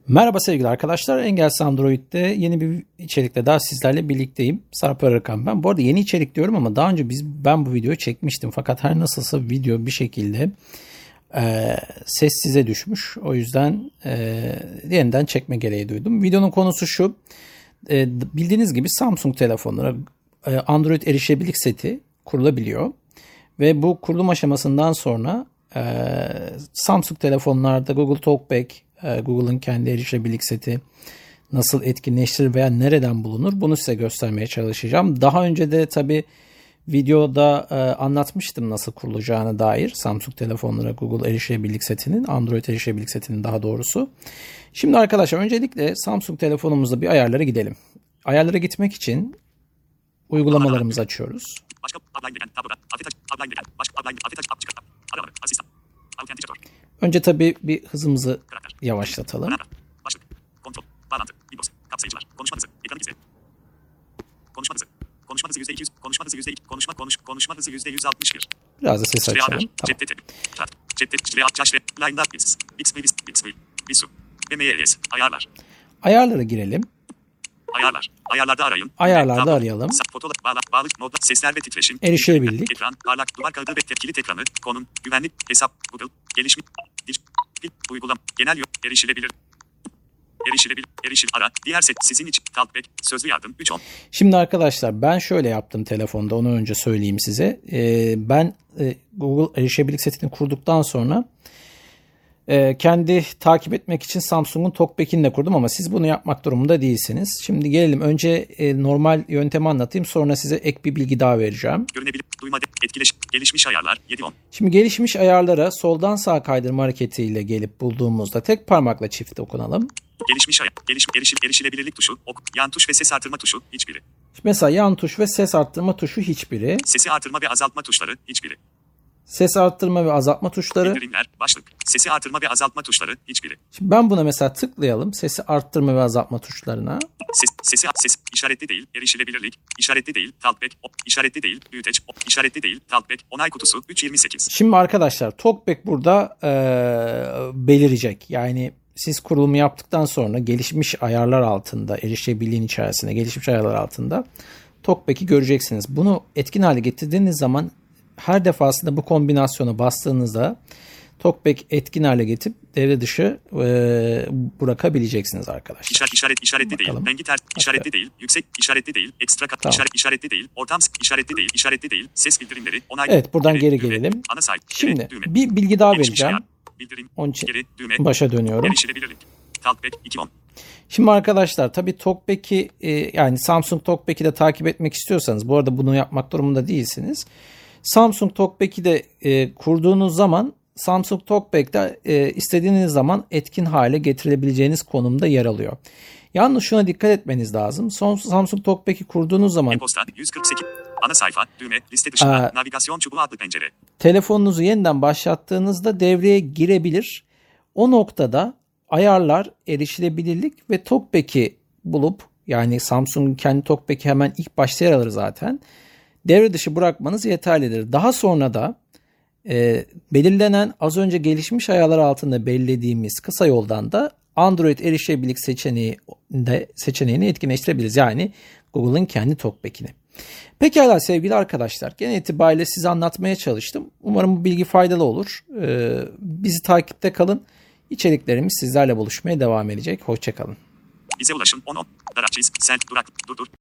Merhaba sevgili arkadaşlar. Engelsiz Android'de yeni bir içerikle daha sizlerle birlikteyim. Sarp Arıkan ben. Bu arada yeni içerik diyorum ama daha önce ben bu videoyu çekmiştim. Fakat her nasılsa video bir şekilde sessize düşmüş. O yüzden yeniden çekme gereği duydum. Videonun konusu şu. Bildiğiniz gibi Samsung telefonlara Android erişebilirlik seti kurulabiliyor. Ve bu kurulum aşamasından sonra Samsung telefonlarda Google Talkback, Google'ın kendi erişebilirlik seti nasıl etkinleştirilir veya nereden bulunur bunu size göstermeye çalışacağım. Daha önce de tabi videoda anlatmıştım nasıl kurulacağına dair Samsung telefonlara Google erişebilirlik setinin, Android erişebilirlik setinin daha doğrusu. Şimdi arkadaşlar öncelikle Samsung telefonumuzda bir ayarlara gidelim. Ayarlara gitmek için uygulamalarımızı açıyoruz. Önce tabii bir hızımızı yavaşlatalım. Konuşma hızı %161. Biraz da ses açalım. Ayarlar. Ayarlara girelim. Ayarlar. Ayarlarda arayın. Ayarlarda arayalım. Fotoğraf, bağlı, modda, sesler ve titreşim. Erişebilirlik. Ekran, parlak, duvar kağıdı ve kilit ekranı, konum, güvenlik, hesap, Google, gelişmiş, uygulama, genel yok, erişilebilir. Erişil ara. Diğer set sizin için. Talkback. Sözlü yardım. 3-10. Şimdi arkadaşlar ben şöyle yaptım telefonda. Onu önce söyleyeyim size. Ben Google erişebilirlik setini kurduktan sonra kendi takip etmek için Samsung'un Talkback'ini de kurdum ama siz bunu yapmak durumunda değilsiniz. Şimdi gelelim. Önce normal yöntemi anlatayım. Sonra size ek bir bilgi daha vereceğim. Görünebilir. Duyma. Gelişmiş ayarlar. 7-10. Şimdi gelişmiş ayarlara soldan sağa kaydırma hareketiyle gelip bulduğumuzda tek parmakla çift dokunalım. Gelişmiş ayar. Erişilebilirlik tuşu. Yan tuş ve ses artırma tuşu. Hiçbiri. Mesela yan tuş ve ses arttırma tuşu hiçbiri. Sesi artırma ve azaltma tuşları. Hiçbiri. Ses arttırma ve azaltma tuşları. Bildirimler, başlık. Sesi artırma ve azaltma tuşları. Hiçbiri. Şimdi ben buna mesela tıklayalım. Sesi arttırma ve azaltma tuşlarına. Ses işaretli değil. Erişilebilirlik. İşaretli değil. Talkback. İşaretli değil. Büyüteç. İşaretli değil. Talkback. Onay kutusu. 3.28. Şimdi arkadaşlar Talkback burada belirecek. Yani siz kurulumu yaptıktan sonra gelişmiş ayarlar altında, erişebilirliğin içerisinde gelişmiş ayarlar altında Talkback'i göreceksiniz. Bunu etkin hale getirdiğiniz zaman her defasında bu kombinasyona bastığınızda Talkback etkin hale getirip devre dışı bırakabileceksiniz arkadaşlar. İşaretli değil. Rengi ters. İşaretli değil. Yüksek. İşaretli değil. Ekstra kat. Tamam. İşaretli değil. Ortam. İşaretli değil. İşaretli değil. Ses bildirimleri. Onay. Evet, buradan geri gelelim. Ana sayfa. Şimdi bir bilgi daha vereceğim. Bildirim. Onun için Geri. Düğme. başa dönüyorum. Erişilebilirlik. Talkback 2.10. Şimdi arkadaşlar tabii Talkback'i yani Samsung Talkback'i de takip etmek istiyorsanız, bu arada bunu yapmak durumunda değilsiniz. Samsung Talkback'i de kurduğunuz zaman Samsung Talkback'te istediğiniz zaman etkin hale getirebileceğiniz konumda yer alıyor. Yalnız şuna dikkat etmeniz lazım. Samsung Talkback'i kurduğunuz zaman E-posta 148. Ana sayfa. Düğme. Liste dışında. Navigasyon çubuğu adlı pencere. telefonunuzu yeniden başlattığınızda devreye girebilir. O noktada ayarlar, erişilebilirlik ve Talkback'i bulup, yani Samsung'un kendi Talkback'i hemen ilk başta yer alır zaten, devre dışı bırakmanız yeterlidir. Daha sonra da belirlenen az önce gelişmiş ayarlar altında belirlediğimiz kısa yoldan da Android erişebilirlik seçeneğini etkinleştirebiliriz. Yani Google'ın kendi Talkback'ini. Pekala sevgili arkadaşlar, genel itibariyle size anlatmaya çalıştım. Umarım bu bilgi faydalı olur. Bizi takipte kalın. İçeriklerimiz sizlerle buluşmaya devam edecek. Hoşça kalın. Bize ulaşın. 10. Daraçiz. Sel. Durak. Durdur.